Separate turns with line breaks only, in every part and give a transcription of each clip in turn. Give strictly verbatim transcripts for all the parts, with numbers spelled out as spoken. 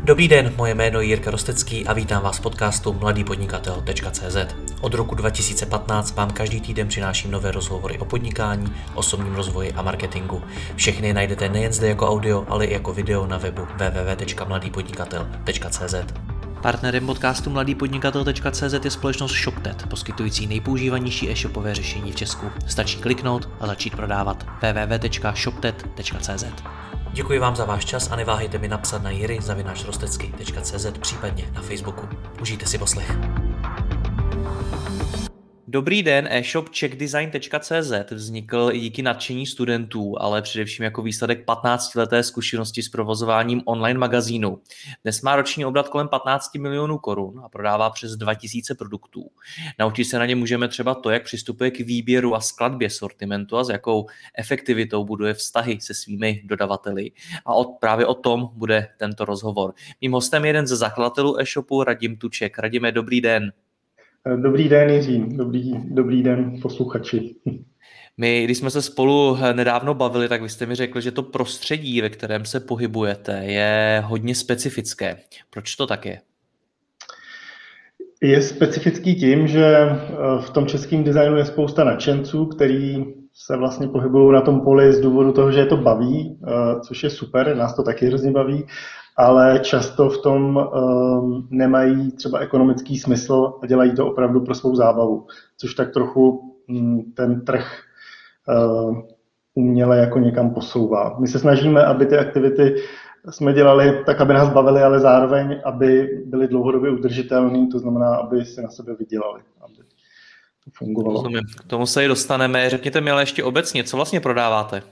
Dobrý den, moje jméno je Jirka Rostecký a vítám vás v podcastu mladý podnikatel tečka cé zet. Od roku dva tisíce patnáct vám každý týden přináším nové rozhovory o podnikání, osobním rozvoji a marketingu. Všechny najdete nejen zde jako audio, ale i jako video na webu w w w tečka mladý podnikatel tečka cé zet. Partnerem podcastu mladý podnikatel tečka cé zet je společnost ShopTet, poskytující nejpoužívanější e-shopové řešení v Česku. Stačí kliknout a začít prodávat. w w w tečka shoptet tečka cé zet. Děkuji vám za váš čas a neváhejte mi napsat na jiry zavináč rostecky tečka cé zet, případně na Facebooku. Užijte si poslech. Dobrý den, e-shop czech design tečka cé zet vznikl i díky nadšení studentů, ale především jako výsledek patnáctileté zkušenosti s provozováním online magazínu. Dnes má roční obrat kolem patnáct milionů korun a prodává přes dva tisíce produktů. Naučit se na ně můžeme třeba to, jak přistupuje k výběru a skladbě sortimentu a s jakou efektivitou buduje vztahy se svými dodavateli. A od, právě o tom bude tento rozhovor. Mým hostem je jeden ze zakladatelů e-shopu Radim Tuček. Radime, dobrý den.
Dobrý den, Jiří. Dobrý, dobrý den, posluchači.
My, když jsme se spolu nedávno bavili, tak vy jste mi řekl, že to prostředí, ve kterém se pohybujete, je hodně specifické. Proč to tak je?
Je specifický tím, že v tom českém designu je spousta nadšenců, který se vlastně pohybují na tom poli z důvodu toho, že je to baví, což je super, nás to taky hrozně baví, ale často v tom um, nemají třeba ekonomický smysl a dělají to opravdu pro svou zábavu, což tak trochu um, ten trh uh, uměle jako někam posouvá. My se snažíme, aby ty aktivity jsme dělali tak, aby nás bavily, ale zároveň, aby byly dlouhodobě udržitelné, to znamená, aby si na sebe vydělali, aby to fungovalo.
Rozumím. K tomu se i dostaneme. Řekněte mi ale ještě obecně, co vlastně prodáváte?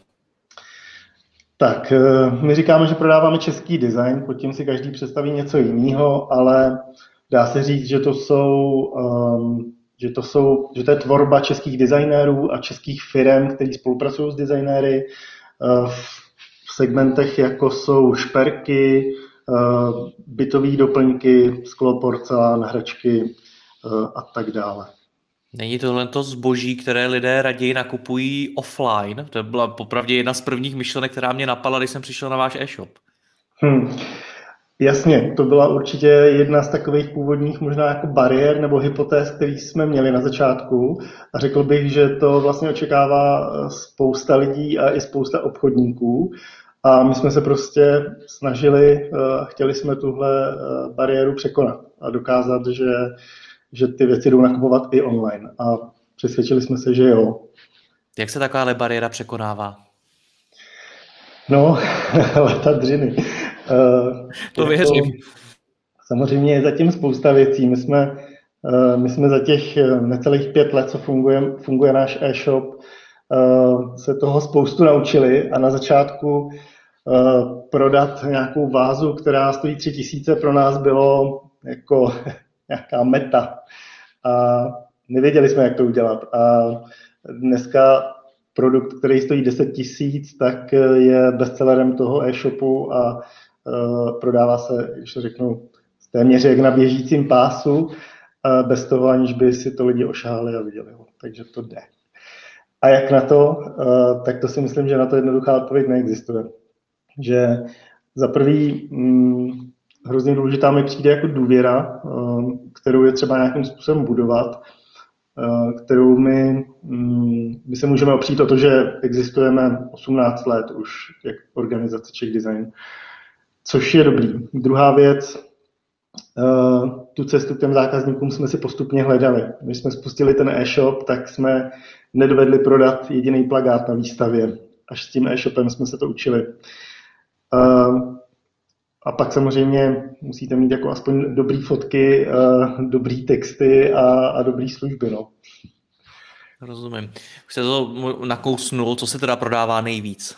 Tak, my říkáme, že prodáváme český design, pod tím si každý představí něco jiného, ale dá se říct, že to jsou, um, že to jsou, že to je tvorba českých designérů a českých firem, kteří spolupracují s designéry uh, v segmentech, jako jsou šperky, uh, bytové doplňky, sklo, porcelán, hračky uh, a tak dále.
Není tohle to zboží, které lidé raději nakupují offline? To byla popravdě jedna z prvních myšlenek, která mě napadla, když jsem přišel na váš e-shop.
Hmm. Jasně, to byla určitě jedna z takových původních možná jako bariér nebo hypotéz, které jsme měli na začátku. A řekl bych, že to vlastně očekává spousta lidí a i spousta obchodníků. A my jsme se prostě snažili, chtěli jsme tuhle bariéru překonat a dokázat, že že ty věci jdou nakupovat i online. A přesvědčili jsme se, že jo.
Jak se taková bariéra překonává?
No, leta dřiny.
To věřím.
Samozřejmě je zatím spousta věcí. My jsme, my jsme za těch necelých pět let, co funguje, funguje náš e-shop, se toho spoustu naučili a na začátku prodat nějakou vázu, která stojí tři tisíce, pro nás bylo jako nějaká meta a nevěděli jsme, jak to udělat. A dneska produkt, který stojí deset tisíc, tak je bestsellerem toho e-shopu a uh, prodává se, když to řeknu, téměř jak na běžícím pásu, uh, bez toho, aniž by si to lidi ošáhli a viděli ho. Takže to jde. A jak na to? Uh, tak to si myslím, že na to jednoduchá odpověď neexistuje. Že za prvý mm, hrozně důležitá mi přijde jako důvěra, kterou je třeba nějakým způsobem budovat, kterou my, my se můžeme opřít o to, že existujeme osmnáct let už jak organizace Czech Design, což je dobrý. Druhá věc, tu cestu k těm zákazníkům jsme si postupně hledali. Když jsme spustili ten e-shop, tak jsme nedovedli prodat jediný plakát na výstavě. Až s tím e-shopem jsme se to učili. A pak samozřejmě musíte mít jako aspoň dobrý fotky, uh, dobrý texty a, a dobrý služby. No.
Rozumím. Už jste to nakousnul, co se teda prodává nejvíc?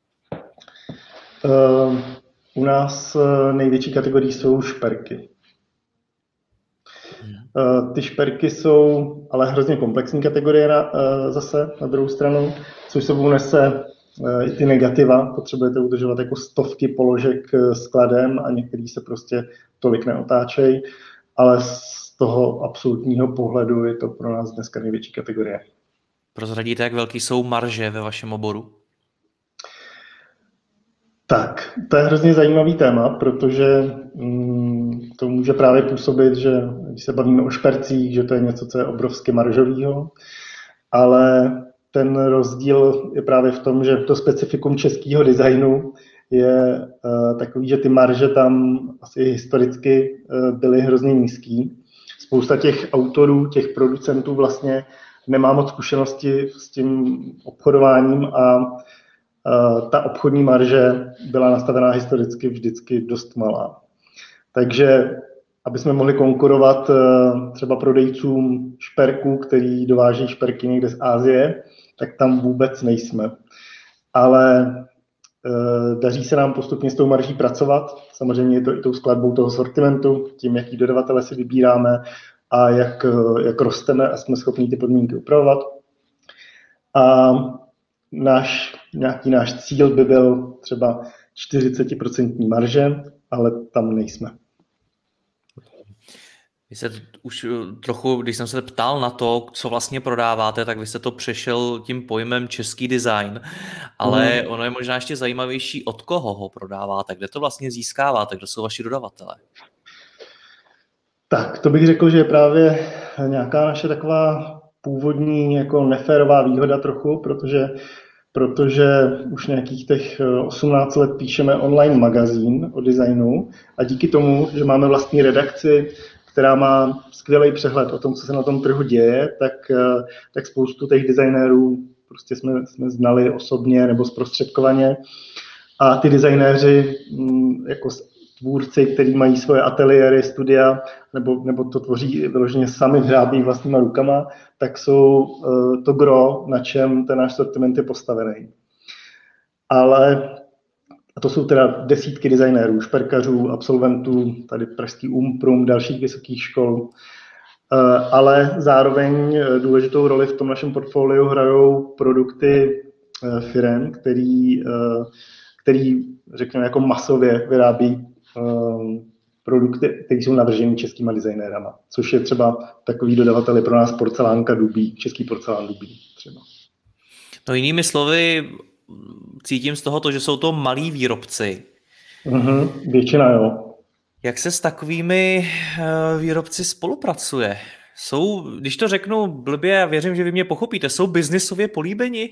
Uh, u nás uh, největší kategorii jsou šperky. Hmm. Uh, ty šperky jsou ale hrozně komplexní kategorie na, uh, zase na druhou stranu, což sebou nese i ty negativa, potřebujete udržovat jako stovky položek skladem a některý se prostě tolik neotáčejí, ale z toho absolutního pohledu je to pro nás dneska největší kategorie.
Prozradíte, jak velký jsou marže ve vašem oboru?
Tak, to je hrozně zajímavý téma, protože mm, to může právě působit, že když se bavíme o špercích, že to je něco, co je obrovsky maržovýho, ale ten rozdíl je právě v tom, že to specifikum českého designu je uh, takový, že ty marže tam asi historicky uh, byly hrozně nízký. Spousta těch autorů, těch producentů vlastně nemá moc zkušenosti s tím obchodováním a uh, ta obchodní marže byla nastavená historicky vždycky dost malá. Takže aby jsme mohli konkurovat uh, třeba prodejcům šperků, který dováží šperky někde z Asie, tak tam vůbec nejsme. Ale uh, daří se nám postupně s tou marží pracovat. Samozřejmě je to i tou skladbou toho sortimentu, tím, jaký dodavatele si vybíráme a jak, jak rosteme a jsme schopni ty podmínky upravovat. A náš, nějaký náš cíl by byl třeba čtyřicet procent marže, ale tam nejsme.
Vy jste už trochu, když jsem se ptal na to, co vlastně prodáváte, tak vy jste to přešel tím pojmem český design, ale mm. ono je možná ještě zajímavější, od koho ho prodáváte, kde to vlastně získáváte, kdo jsou vaši dodavatelé.
Tak, to bych řekl, že je právě nějaká naše taková původní jako neférová výhoda trochu, protože, protože už nějakých těch osmnáct let píšeme online magazín o designu a díky tomu, že máme vlastní redakci, která má skvělý přehled o tom, co se na tom trhu děje, tak, tak spoustu těch designérů prostě jsme, jsme znali osobně nebo zprostředkovaně. A ty designéři jako tvůrci, kteří mají svoje ateliéry, studia, nebo, nebo to tvoří vyloženě sami, vyrábí vlastníma rukama, tak jsou uh, to gro, na čem ten náš sortiment je postavený. Ale a to jsou teda desítky designérů, šperkařů, absolventů, tady pražský Umprum, dalších vysokých škol, uh, ale zároveň důležitou roli v tom našem portfoliu hrajou produkty uh, firem, který, uh, který, řekněme, jako masově vyrábí um, produkty, které jsou navrženy českýma designérama, což je třeba takový dodavatel pro nás porcelánka Dubí, český porcelán Dubí třeba.
No jinými slovy, cítím z toho to, že jsou to malí výrobci.
Mm-hmm, většina, jo.
Jak se s takovými uh, výrobci spolupracuje? Jsou, když to řeknu blbě, a věřím, že vy mě pochopíte, jsou biznisově políbeni?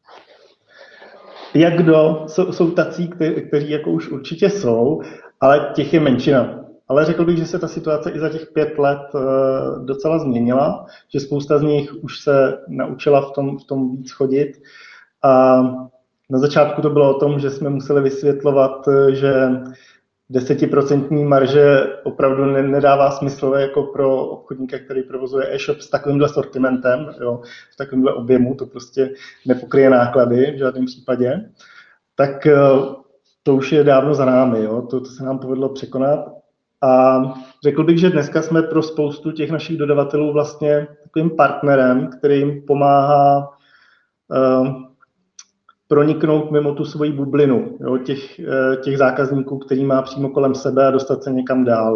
Jak kdo? Jsou, jsou tací, kteří, kteří jako už určitě jsou, ale těch je menšina. Ale řekl bych, že se ta situace i za těch pět let uh, docela změnila, že spousta z nich už se naučila v tom, v tom víc chodit. A na začátku to bylo o tom, že jsme museli vysvětlovat, že desetiprocentní marže opravdu nedává smysl jako pro obchodníka, který provozuje e-shop s takovýmhle sortimentem, jo, v takovémhle objemu, to prostě nepokryje náklady v žádném případě. Tak to už je dávno za námi, jo, to, to se nám povedlo překonat. A řekl bych, že dneska jsme pro spoustu těch našich dodavatelů vlastně takovým partnerem, který jim pomáhá uh, proniknout mimo tu svoji bublinu, jo, těch, těch zákazníků, který má přímo kolem sebe a dostat se někam dál.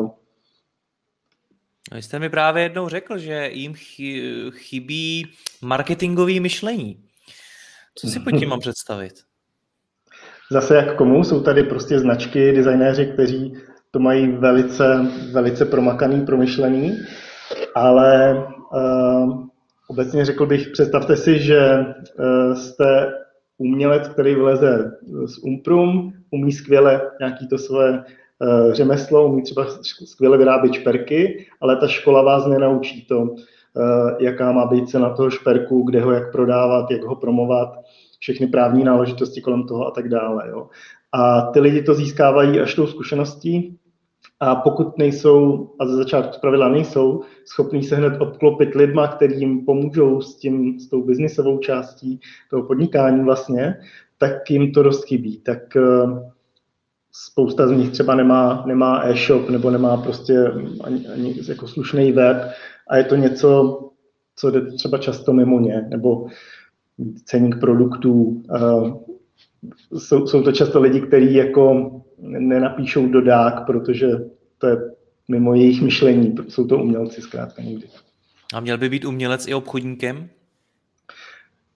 No, jste mi právě jednou řekl, že jim chybí marketingové myšlení. Co si pod tím mám představit?
Zase jak komu? Jsou tady prostě značky, designéři, kteří to mají velice, velice promakaný, promyšlený, ale uh, obecně řekl bych, představte si, že uh, jste umělec, který vyleze z Umprum, umí skvěle nějaký to své uh, řemeslo, umí třeba skvěle vyrábět šperky, ale ta škola vás nenaučí to, uh, jaká má být cena toho šperku, kde ho jak prodávat, jak ho promovat, všechny právní náležitosti kolem toho a tak dále. Jo. A ty lidi to získávají až tou zkušeností a pokud nejsou, a ze začátku zpravidla nejsou, schopní se hned obklopit lidma, který jim pomůžou s, tím, s tou biznisovou částí toho podnikání vlastně, tak jim to dost chybí. Tak uh, spousta z nich třeba nemá, nemá e-shop nebo nemá prostě ani, ani jako slušný web a je to něco, co jde třeba často mimo ně, nebo ceník produktů. Uh, jsou, jsou to často lidi, kteří jako nenapíšou dodák, protože to je mimo jejich myšlení, jsou to umělci zkrátka někdy.
A měl by být umělec i obchodníkem?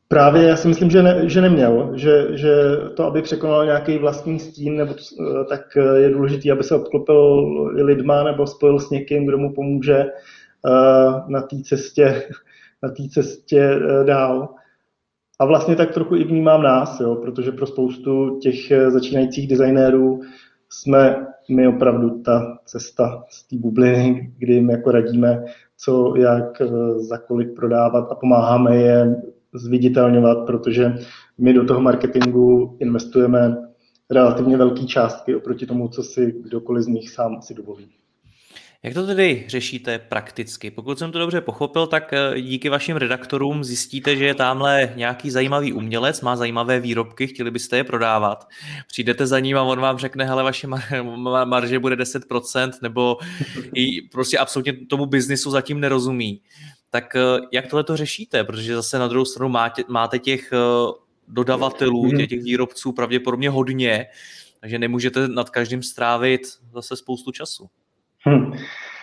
Právě já si myslím, že, ne, že neměl, že, že to, aby překonal nějaký vlastní stín, nebo to, tak je důležité, aby se obklopil lidma nebo spojil s někým, kdo mu pomůže uh, na té cestě, na té cestě uh, dál. A vlastně tak trochu i vnímám nás, jo, protože pro spoustu těch začínajících designérů jsme my opravdu ta cesta z té bubliny, kdy jim jako radíme, co, jak, za kolik prodávat a pomáháme je zviditelňovat, protože my do toho marketingu investujeme relativně velké částky oproti tomu, co si kdokoliv z nich sám si dovolí.
Jak to tedy řešíte prakticky? Pokud jsem to dobře pochopil, tak díky vašim redaktorům zjistíte, že je tamhle nějaký zajímavý umělec, má zajímavé výrobky, chtěli byste je prodávat. Přijdete za ním a on vám řekne, hele, vaše marže bude deset procent, nebo i prostě absolutně tomu biznisu zatím nerozumí. Tak jak tohle to řešíte? Protože zase na druhou stranu máte, máte těch dodavatelů, těch, těch výrobců pravděpodobně hodně, takže nemůžete nad každým strávit zase spoustu času.
Hmm.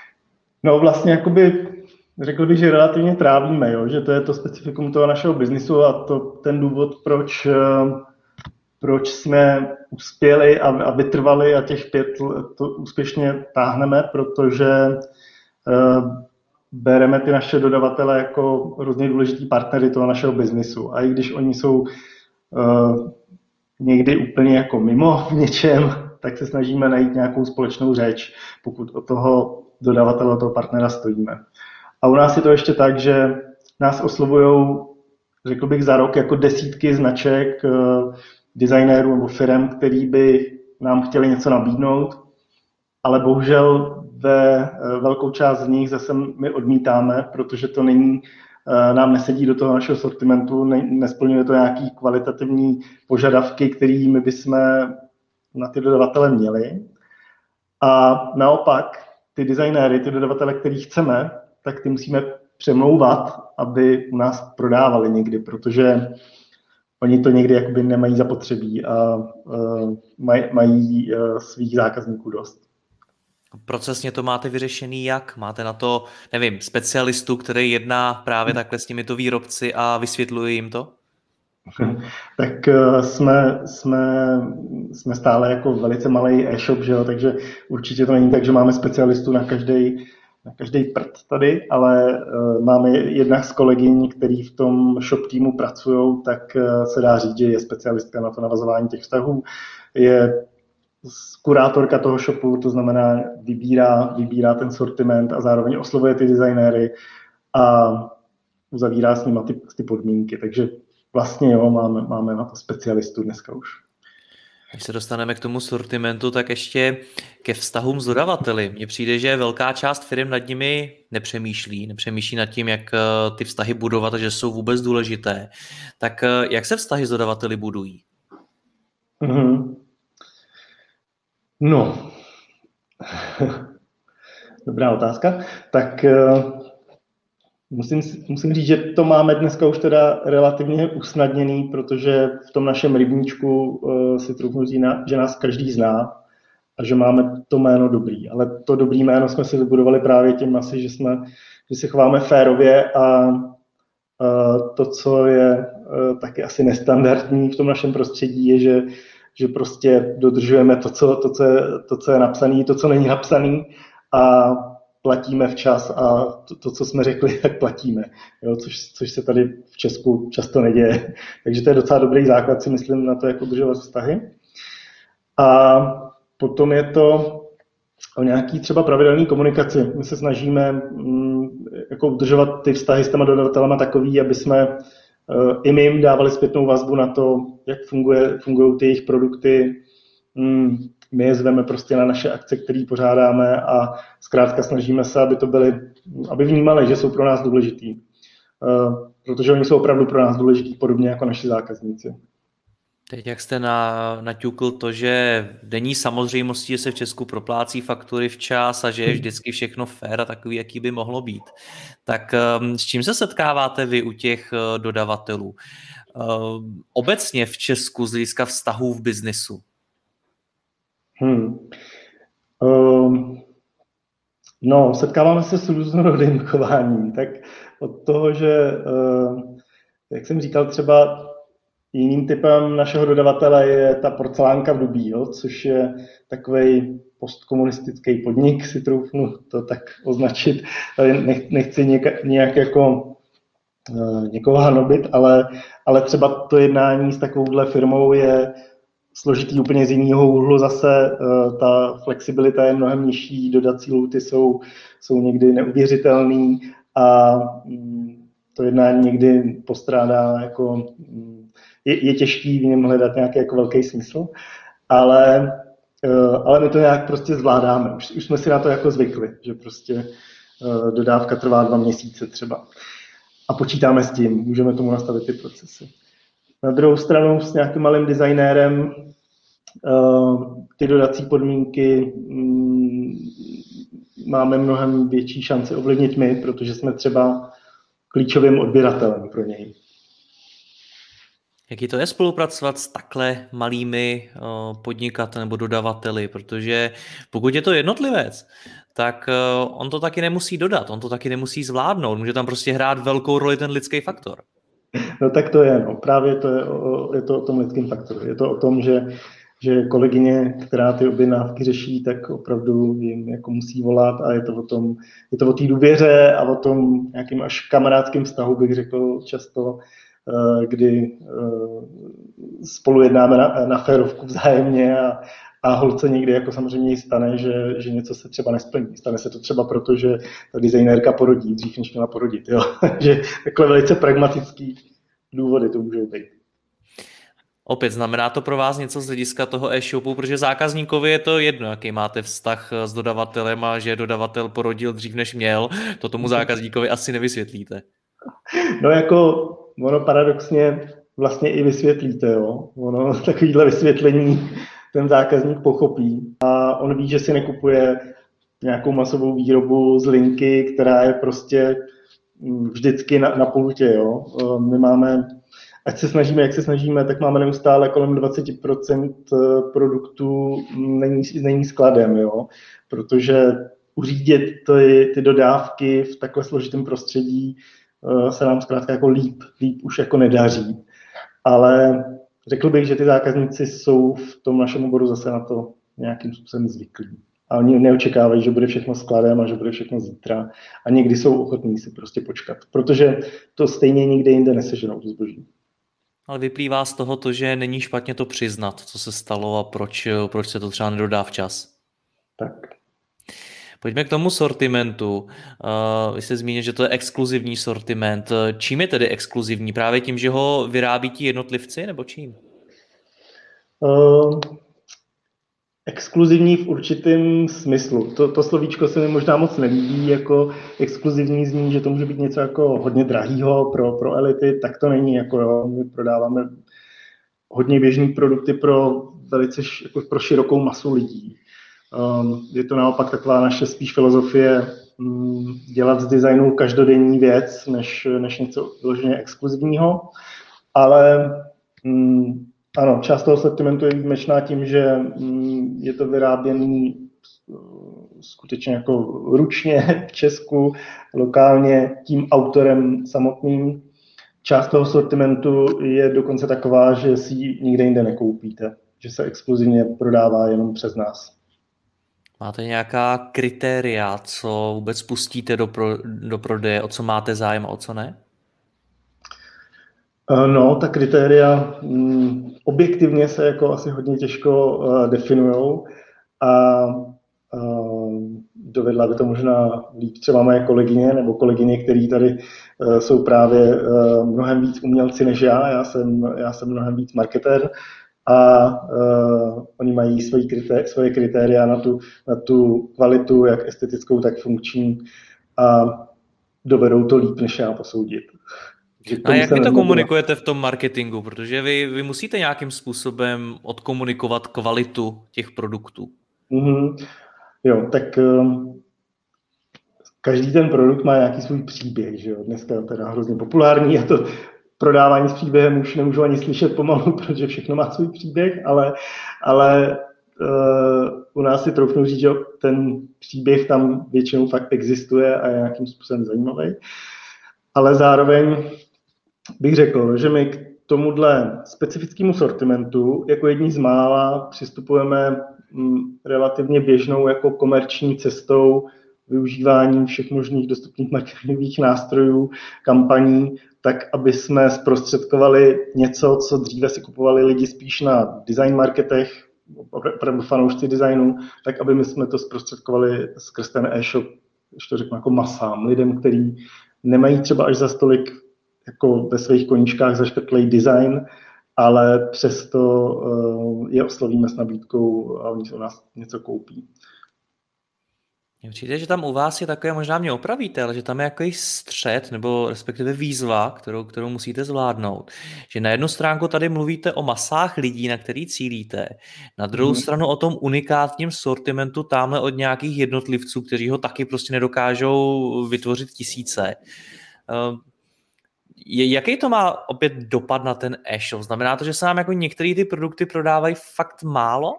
No vlastně jakoby řekl bych, že relativně trávíme, jo? Že to je to specifikum toho našeho biznisu a to ten důvod, proč, proč jsme uspěli a, a vytrvali a těch pět let to úspěšně táhneme, protože uh, bereme ty naše dodavatele jako hrozně důležitý partnery toho našeho biznisu. A i když oni jsou uh, někdy úplně jako mimo v něčem, tak se snažíme najít nějakou společnou řeč, pokud od toho dodavatele, od toho partnera stojíme. A u nás je to ještě tak, že nás oslovují, řekl bych, za rok jako desítky značek uh, designérů nebo firm, který by nám chtěli něco nabídnout, ale bohužel ve uh, velkou část z nich zase my odmítáme, protože to není, uh, nám nesedí do toho našeho sortimentu, ne, nesplňuje to nějaký kvalitativní požadavky, který my bychom na ty dodavatele měli. A naopak ty designéry, ty dodavatele, který chceme, tak ty musíme přemlouvat, aby u nás prodávali někdy, protože oni to někdy jakoby nemají zapotřebí a uh, maj, mají uh, svých zákazníků dost.
Procesně to máte vyřešený jak? Máte na to, nevím, specialistu, který jedná právě takhle s těmito výrobci a vysvětluje jim to?
Tak uh, jsme, jsme, jsme stále jako velice malý e-shop, že jo? Takže určitě to není tak, že máme specialistu na každý na každý prd tady, ale uh, máme jednak z kolegyň, který v tom shop týmu pracují, tak uh, se dá říct, že je specialistka na to navazování těch vztahů. Je kurátorka toho shopu, to znamená vybírá, vybírá ten sortiment a zároveň oslovuje ty designéry a uzavírá s nimi ty, ty podmínky. Takže vlastně jo, máme, máme na to specialistu dneska už.
Když se dostaneme k tomu sortimentu, tak ještě ke vztahům s dodavateli. Mně přijde, že velká část firm nad nimi nepřemýšlí, nepřemýšlí nad tím, jak ty vztahy budovat a že jsou vůbec důležité. Tak jak se vztahy s dodavateli budují?
Mm-hmm. No, dobrá otázka. Tak musím, musím říct, že to máme dneska už teda relativně usnadněný, protože v tom našem rybníčku uh, si trochu říct, že nás každý zná a že máme to jméno dobrý. Ale to dobrý jméno jsme si vybudovali právě tím asi, že, jsme, že se chováme férově a uh, to, co je uh, taky asi nestandardní v tom našem prostředí, je, že, že prostě dodržujeme to, co, to, co je, to, co je napsané, to, co není napsané a platíme včas a to, to, co jsme řekli, tak platíme, jo, což, což se tady v Česku často neděje. Takže to je docela dobrý základ, si myslím, na to, jak udržovat vztahy. A potom je to o nějaký třeba pravidelné komunikaci. My se snažíme mm, jako udržovat ty vztahy s těma dodavatelama takový, aby jsme uh, i my jim dávali zpětnou vazbu na to, jak funguje, fungují ty jejich produkty. Mm, my je zveme prostě na naše akce, které pořádáme a zkrátka snažíme se, aby to byly, aby vnímali, že jsou pro nás důležitý. Uh, protože oni jsou opravdu pro nás důležitý, podobně jako naši zákazníci.
Teď jak jste na, naťukl to, že není samozřejmostí, že se v Česku proplácí faktury včas a že je vždycky všechno fair a takový, jaký by mohlo být. Tak um, s čím se setkáváte vy u těch uh, dodavatelů? Uh, obecně v Česku z hlediska vztahů v biznisu?
Hmm. Um, no, setkáváme se s různorodým chováním. Tak od toho, že uh, jak jsem říkal, třeba jiným typem našeho dodavatele je ta porcelánka v Dubí, jo, což je takový postkomunistický podnik, si troufnu to tak označit. Nechci nějak, nějak jako někoho hanobit, ale, ale třeba to jednání s takovouhle firmou je složitý úplně z jiného úhlu zase. Ta flexibilita je mnohem nižší, dodací lhůty jsou, jsou někdy neuvěřitelný a to jednání někdy postrádá, jako, je, je těžký v něm hledat nějaký jako velký smysl, ale, ale my to nějak prostě zvládáme. Už, už jsme si na to jako zvykli, že prostě dodávka trvá dva měsíce třeba. A počítáme s tím, můžeme tomu nastavit ty procesy. Na druhou stranu s nějakým malým designérem ty dodací podmínky máme mnohem větší šanci ovlivnit my, protože jsme třeba klíčovým odběratelem pro něj.
Jaký to je spolupracovat s takhle malými podnikateli nebo dodavateli, protože pokud je to jednotlivec, tak on to taky nemusí dodat, on to taky nemusí zvládnout, může tam prostě hrát velkou roli ten lidský faktor.
No tak to je, no. Právě to je, o, je to o tom lidském faktoru. Je to o tom, že, že kolegyně, která ty objednávky řeší, tak opravdu jim jako musí volat a je to o tom, je to o té důvěře a o tom nějakým až kamarádským vztahu, bych řekl často, kdy spolu jednáme na, na férovku vzájemně a, a holce někdy jako samozřejmě stane, že, že něco se třeba nesplní. Stane se to třeba proto, že ta designérka porodí dřív, než měla porodit. Jo? že takhle velice pragmatický důvody to můžou být.
Opět znamená to pro vás něco z hlediska toho e-shopu, protože zákazníkovi je to jedno, jaký máte vztah s dodavatelem a že dodavatel porodil dřív, než měl, to tomu zákazníkovi asi nevysvětlíte.
No jako ono paradoxně vlastně i vysvětlíte, jo. Ono takovýhle vysvětlení ten zákazník pochopí a on ví, že si nekupuje nějakou masovou výrobu z linky, která je prostě vždycky na, na pultě, jo. My máme, ať se snažíme, jak se snažíme, tak máme neustále kolem dvacet procent produktů není, není skladem, jo. Protože uřídit ty, ty dodávky v takhle složitém prostředí se nám zkrátka jako líp, líp už jako nedaří. Ale řekl bych, že ty zákazníci jsou v tom našem oboru zase na to nějakým způsobem zvyklí. A oni neočekávají, že bude všechno skladem a že bude všechno zítra. A někdy jsou ochotní si prostě počkat. Protože to stejně nikde jinde neseženou to zboží.
Ale vyplývá z toho to, že není špatně to přiznat, co se stalo a proč, proč se to třeba nedodá včas.
Tak.
Pojďme k tomu sortimentu. Uh, vy jste zmínil, že to je exkluzivní sortiment. Čím je tedy exkluzivní? Právě tím, že ho vyrábí ti jednotlivci, nebo čím?
Uh, exkluzivní v určitém smyslu. To, to slovíčko se mi možná moc nelíbí, jako exkluzivní zní, že to může být něco jako hodně drahýho pro, pro elity, tak to není. Jako, jo. My prodáváme hodně běžný produkty pro velice jako pro širokou masu lidí. Um, je to naopak taková naše spíš filozofie um, dělat z designu každodenní věc, než, než něco vyloženě exkluzivního. Ale um, ano, část toho sortimentu je výjimečná tím, že um, je to vyráběný uh, skutečně jako ručně v Česku, lokálně, tím autorem samotným. Část toho sortimentu je dokonce taková, že si ji nikde jinde nekoupíte, že se exkluzivně prodává jenom přes nás.
Máte nějaká kritéria, co vůbec pustíte do, pro, do prodeje, o co máte zájem a o co ne?
No, ta kritéria m, objektivně se jako asi hodně těžko uh, definujou a uh, dovedla by to možná líp třeba moje kolegyně nebo kolegyně, který tady uh, jsou právě uh, mnohem víc umělci než já. Já jsem, já jsem mnohem víc marketér. A uh, oni mají svoje, kritéria, svoje kritéria na tu, na tu kvalitu, jak estetickou, tak funkční a dovedou to líp, než já posoudit.
A jak vy to komunikujete v tom marketingu? Protože vy, vy musíte nějakým způsobem odkomunikovat kvalitu těch produktů.
Mm-hmm. Jo, tak um, každý ten produkt má nějaký svůj příběh, že jo? Dneska je teda hrozně populární a to prodávání s příběhem už nemůžu ani slyšet pomalu, protože všechno má svůj příběh, ale, ale uh, u nás si troufnu říct, že ten příběh tam většinou fakt existuje a je nějakým způsobem zajímavý. Ale zároveň bych řekl, že my k tomuhle specifickému sortimentu jako jedni z mála přistupujeme relativně běžnou jako komerční cestou využíváním všech možných dostupných marketingových nástrojů, kampaní, tak, aby jsme zprostředkovali něco, co dříve si kupovali lidi spíš na design marketech, opravdu fanoušci designu, tak, aby my jsme to zprostředkovali skrz ten e-shop, když to řeknu jako masám, lidem, kteří nemají třeba až za stolik jako ve svých koníčkách zaškrtlej design, ale přesto je oslovíme s nabídkou a oni se u nás něco koupí.
Mně přijde, že tam u vás je takové, možná mě opravíte, ale že tam je jaký střed nebo respektive výzva, kterou, kterou musíte zvládnout. Že na jednu stránku tady mluvíte o masách lidí, na který cílíte, na druhou hmm. stranu o tom unikátním sortimentu tamhle od nějakých jednotlivců, kteří ho taky prostě nedokážou vytvořit tisíce. Jaký to má opět dopad na ten e-shop? Znamená to, že se nám jako některé ty produkty prodávají fakt málo?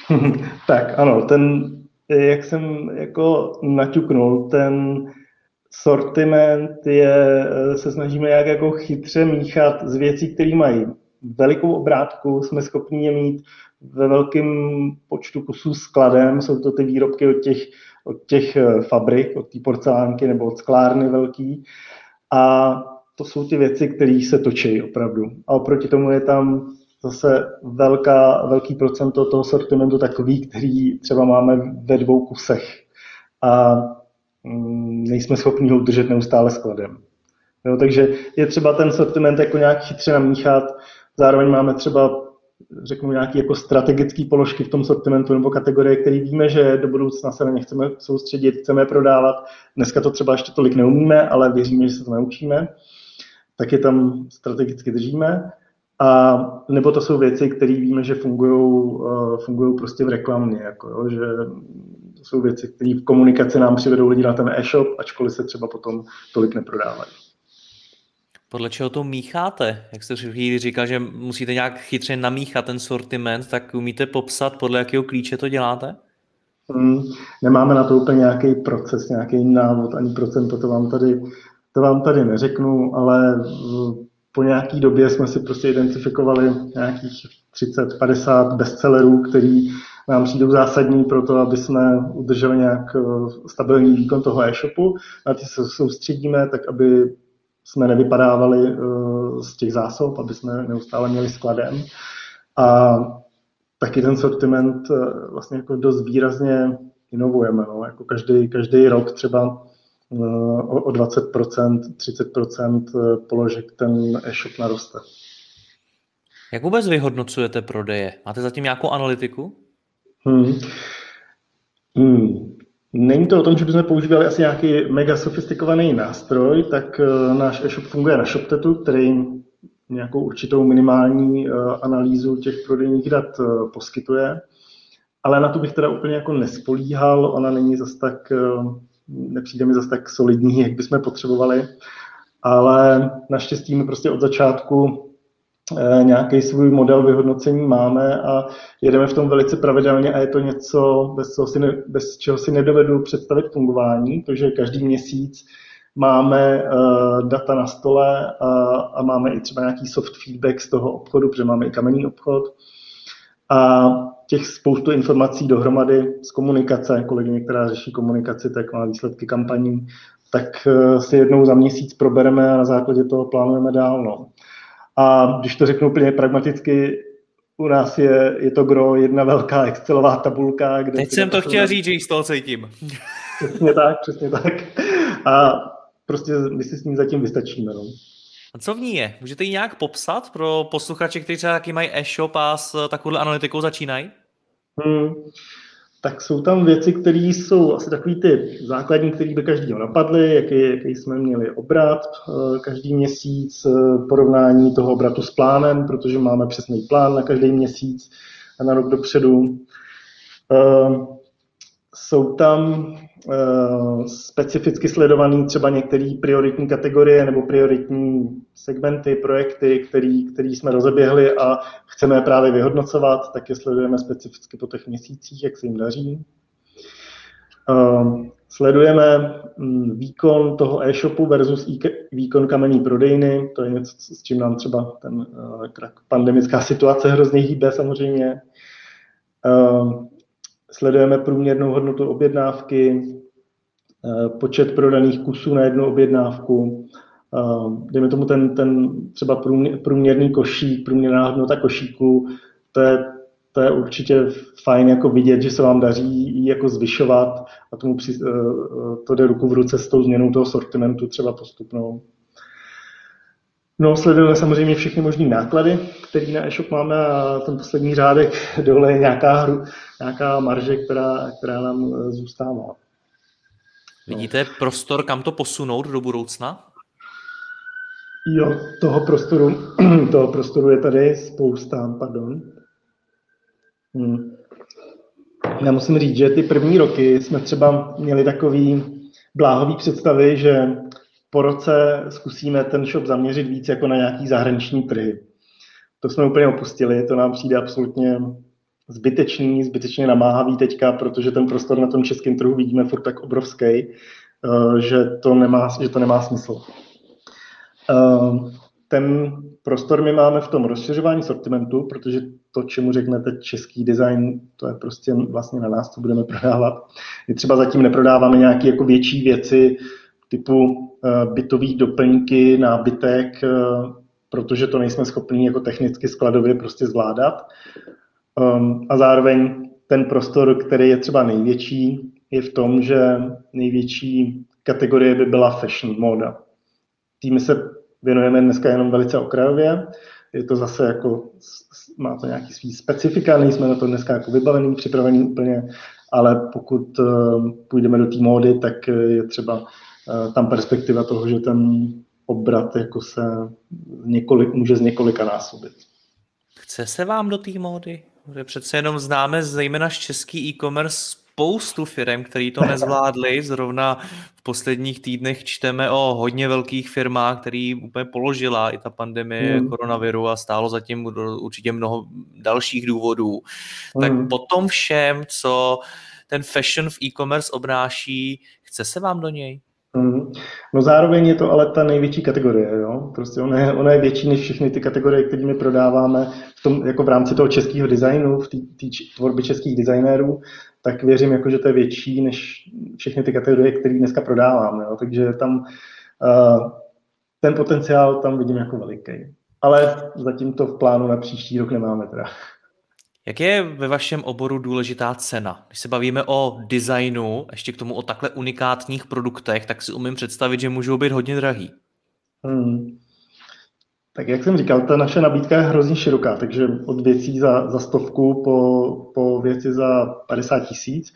Tak ano, ten, jak jsem jako naťuknul, ten sortiment je, se snažíme jak jako chytře míchat z věcí, které mají velikou obrátku, jsme schopni je mít ve velkém počtu kusů skladem, jsou to ty výrobky od těch, od těch fabrik, od té porcelánky nebo od sklárny velký a to jsou ty věci, které se točí opravdu. A oproti tomu je tam zase velká, velký procento toho sortimentu takový, který třeba máme ve dvou kusech. A mm, nejsme schopni ho udržet neustále skladem. Jo, takže je třeba ten sortiment jako nějak chytře namíchat. Zároveň máme třeba, řeknu, nějaké jako strategické položky v tom sortimentu nebo kategorie, které víme, že do budoucna se na ně chceme soustředit, chceme prodávat. Dneska to třeba ještě tolik neumíme, ale věříme, že se to naučíme. Tak je tam strategicky držíme. A nebo to jsou věci, které víme, že fungují fungují prostě v reklamě, jako jo, že to jsou věci, které v komunikaci nám přivedou lidi na ten e-shop, ačkoliv se třeba potom tolik neprodávají.
Podle čeho to mícháte? Jak jste chvíli říkal, že musíte nějak chytře namíchat ten sortiment, tak umíte popsat, podle jakého klíče to děláte?
Hmm, nemáme na to úplně nějaký proces, nějaký návod, ani procento, to vám tady To vám tady neřeknu, ale po nějaký době jsme si prostě identifikovali nějakých třicet padesát bestsellerů, který nám přijdou zásadní pro to, aby jsme udrželi nějak stabilní výkon toho e-shopu. Na ty se soustředíme, tak aby jsme nevypadávali z těch zásob, aby jsme neustále měli skladem. A taky ten sortiment vlastně jako dost výrazně inovujeme. No. Jako každý, každý rok třeba o dvacet procent, třicet procent položek ten e-shop naroste.
Jak vůbec vyhodnocujete prodeje? Máte zatím nějakou analytiku?
Hmm. Hmm. Není to o tom, že bychom používali asi nějaký mega sofistikovaný nástroj, tak náš e-shop funguje na ShopTetu, který nějakou určitou minimální analýzu těch prodejních dat poskytuje. Ale na to bych teda úplně jako nespolíhal, ona není zas tak... nepřijde mi zase tak solidní, jak bychom potřebovali, ale naštěstí my prostě od začátku nějaký svůj model vyhodnocení máme a jedeme v tom velice pravidelně a je to něco, bez čeho si, ne, bez čeho si nedovedu představit fungování, protože každý měsíc máme uh, data na stole a, a máme i třeba nějaký soft feedback z toho obchodu, protože máme i kamenný obchod. A těch spoustu informací dohromady z komunikace, kolegyně, která řeší komunikaci, tak má výsledky kampaní, tak si jednou za měsíc probereme a na základě toho plánujeme dál. No. A když to řeknu úplně pragmaticky, u nás je, je to gro jedna velká Excelová tabulka. Kde
Teď jsem to chtěl na... říct, že ji z toho cítím.
Přesně tak, přesně tak. A prostě my si s ním zatím vystačíme. No.
A co v ní je? Můžete ji nějak popsat pro posluchače, kteří třeba taky mají e-shop a s takovou analytikou začínají?
Hmm. Tak jsou tam věci, které jsou asi takový ty základní, které by každýho napadly, jaký, jaký jsme měli obrat každý měsíc, porovnání toho obratu s plánem, protože máme přesný plán na každý měsíc a na rok dopředu. Jsou tam specificky sledované třeba některé prioritní kategorie nebo prioritní segmenty, projekty, který, který jsme rozeběhli a chceme je právě vyhodnocovat, tak je sledujeme specificky po těch měsících, jak se jim daří. Sledujeme výkon toho e-shopu versus výkon kamenný prodejny, to je něco, s čím nám třeba ten pandemická situace hrozně hýbe samozřejmě. Sledujeme průměrnou hodnotu objednávky, počet prodaných kusů na jednu objednávku, dejme tomu ten, ten třeba průměrný košík, průměrná hodnota košíku, to je, to je určitě fajn jako vidět, že se vám daří jako zvyšovat a tomu při, to jde ruku v ruce s tou změnou toho sortimentu třeba postupnou. No, sledujeme samozřejmě všechny možné náklady, které na e-shop máme a ten poslední řádek dole je nějaká, hru, nějaká marže, která, která nám zůstává. No.
Vidíte prostor, kam to posunout do budoucna?
Jo, toho prostoru, toho prostoru je tady spousta, pardon. Hmm. Já musím říct, že ty první roky jsme třeba měli takový bláhový představy, že po roce zkusíme ten shop zaměřit víc jako na nějaký zahraniční trhy. To jsme úplně opustili, to nám přijde absolutně zbytečný, zbytečně namáhavý teďka, protože ten prostor na tom českém trhu vidíme furt tak obrovský, že to nemá, že to nemá smysl. Ten prostor my máme v tom rozšiřování sortimentu, protože to, čemu řeknete český design, to je prostě vlastně na nás, co budeme prodávat. My třeba zatím neprodáváme nějaké jako větší věci typu bytových doplňky, nábytek, protože to nejsme schopni jako technicky skladově prostě zvládat. A zároveň ten prostor, který je třeba největší, je v tom, že největší kategorie by byla fashion, móda. Tím se věnujeme dneska jenom velice okrajově. Je to zase jako, má to nějaký svý specifika, nejsme na to dneska jako vybavený, připravený úplně, ale pokud půjdeme do té módy, tak je třeba tam perspektiva toho, že ten obrat jako se několik, může z několika násobit.
Chce se vám do té módy? Přece jenom známe zejména z český e-commerce spoustu firm, který to nezvládli. Zrovna v posledních týdnech čteme o hodně velkých firmách, který úplně položila i ta pandemie hmm. koronaviru a stálo zatím určitě mnoho dalších důvodů. Hmm. Tak po tom všem, co ten fashion v e-commerce obnáší, chce se vám do něj?
Hmm. No zároveň je to ale ta největší kategorie, jo? Prostě ona je, ona je větší než všechny ty kategorie, které my prodáváme v tom, jako v rámci toho českého designu, v té tvorbě českých designérů, tak věřím, jako, že to je větší než všechny ty kategorie, které dneska prodáváme. Jo? Takže tam uh, ten potenciál tam vidím jako veliký. Ale zatím to v plánu na příští rok nemáme teda.
Jak je ve vašem oboru důležitá cena? Když se bavíme o designu, ještě k tomu o takhle unikátních produktech, tak si umím představit, že můžou být hodně drahý.
Hmm. Tak jak jsem říkal, ta naše nabídka je hrozně široká, takže od věcí za, za stovku po, po věci za padesát tisíc.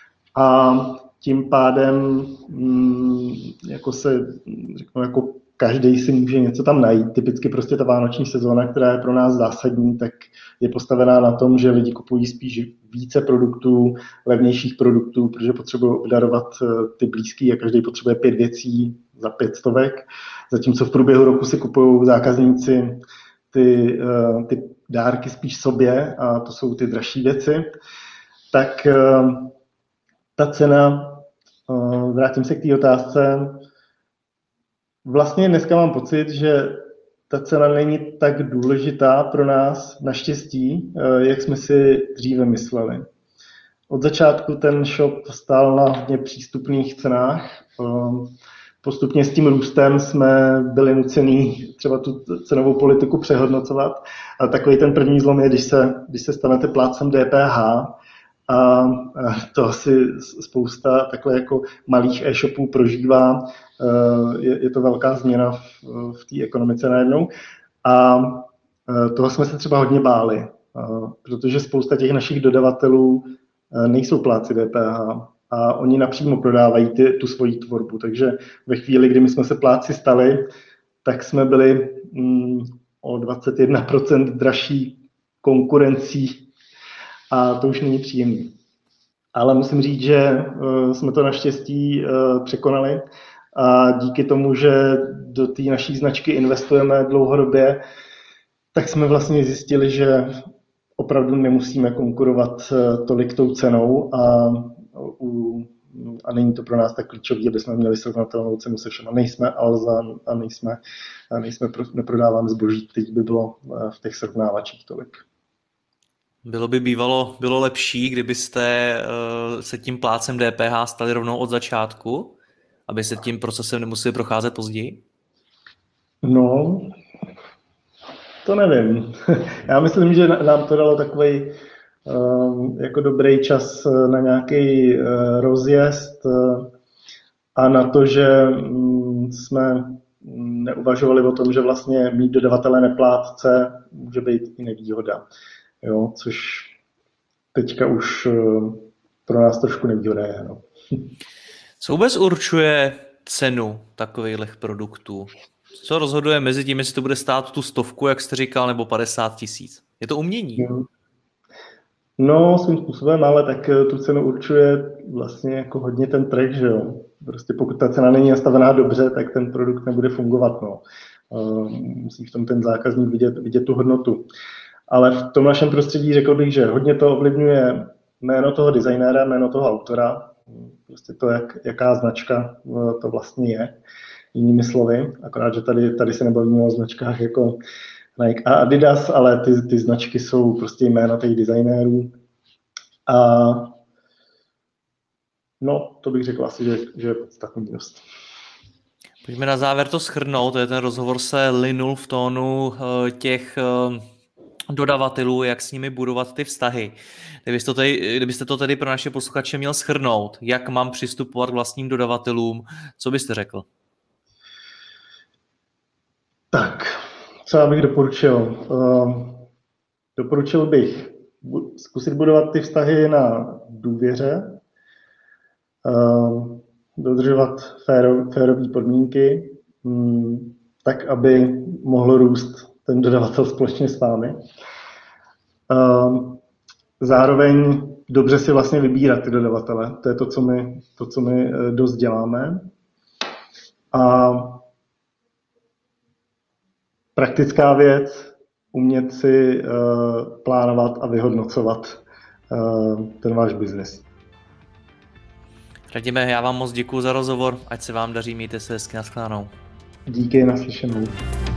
A tím pádem hmm, jako se řeknu, jako každý si může něco tam najít. Typicky prostě ta vánoční sezóna, která je pro nás zásadní, tak je postavená na tom, že lidi kupují spíš více produktů, levnějších produktů, protože potřebují obdarovat ty blízký a každý potřebuje pět věcí za pět stovek. Zatímco v průběhu roku si kupují zákazníci ty, ty dárky spíš sobě a to jsou ty dražší věci. Tak ta cena, vrátím se k té otázce, vlastně dneska mám pocit, že ta cena není tak důležitá pro nás, naštěstí, jak jsme si dříve mysleli. Od začátku ten shop stál na hodně přístupných cenách. Postupně s tím růstem jsme byli nuceni třeba tu cenovou politiku přehodnocovat. A takový ten první zlom je, když se, když se stanete plátcem D P H, a to asi spousta takhle jako malých e-shopů prožívá. Je, je to velká změna v, v té ekonomice najednou. A toho jsme se třeba hodně báli, protože spousta těch našich dodavatelů nejsou plátci D P H a oni napřímo prodávají ty, tu svoji tvorbu. Takže ve chvíli, kdy my jsme se plátci stali, tak jsme byli mm, o dvacet jedna procent dražší konkurencí a to už není příjemný. Ale musím říct, že uh, jsme to naštěstí uh, překonali a díky tomu, že do té naší značky investujeme dlouhodobě, tak jsme vlastně zjistili, že opravdu nemusíme konkurovat uh, tolik tou cenou a u a není to pro nás tak klíčový, aby jsme měli srovnatelnou cenu se všema. Nejsme Alza a nejsme, a nejsme neprodáváme zboží, teď by bylo v těch srovnávačích tolik.
Bylo by bývalo, bylo lepší, kdybyste uh, se tím plácem D P H stali rovnou od začátku, aby se tím procesem nemuseli procházet později?
No, to nevím. Já myslím, že nám to dalo takový um, jako dobrý čas na nějaký uh, rozjezd uh, a na to, že um, jsme neuvažovali o tom, že vlastně mít dodavatele neplátce může být i nevýhoda. Jo, což teďka už uh, pro nás trošku nevýhoda je. No.
Co vůbec určuje cenu takových produktů? Co rozhoduje mezi tím, jestli to bude stát tu stovku, jak jste říkal, nebo padesát tisíc? Je to umění?
No, svým způsobem, ale tak tu cenu určuje vlastně jako hodně ten trh, že jo. Prostě pokud ta cena není nastavená dobře, tak ten produkt nebude fungovat, no. Musí v tom ten zákazník vidět, vidět tu hodnotu. Ale v tom našem prostředí řekl bych, že hodně to ovlivňuje jméno toho designéra, jméno toho autora, prostě to, jak, jaká značka to vlastně je, jinými slovy, akorát, že tady, tady se nebavíme o značkách jako Nike a Adidas, ale ty, ty značky jsou prostě jména těch designérů. A no, to bych řekl asi, že, že je podstatný dost.
Pojďme na závěr to shrnout, to je ten rozhovor se linul v tónu těch dodavatelů, jak s nimi budovat ty vztahy. Kdybyste to, tady, kdybyste to tedy pro naše posluchače měl shrnout, jak mám přistupovat k vlastním dodavatelům, co byste řekl?
Tak, co já bych doporučil? Uh, doporučil bych zkusit budovat ty vztahy na důvěře, uh, dodržovat féro, férové podmínky, um, tak, aby mohl růst ten dodavatel společně s vámi. Uh, zároveň dobře si vlastně vybírat ty dodavatele. To je to, co my, to, co my dost děláme. A praktická věc, umět si uh, plánovat a vyhodnocovat uh, ten váš biznis.
Radime, já vám moc děkuji za rozhovor, ať se vám daří, mějte se hezky, nashledanou.
Díky, naslyšenou.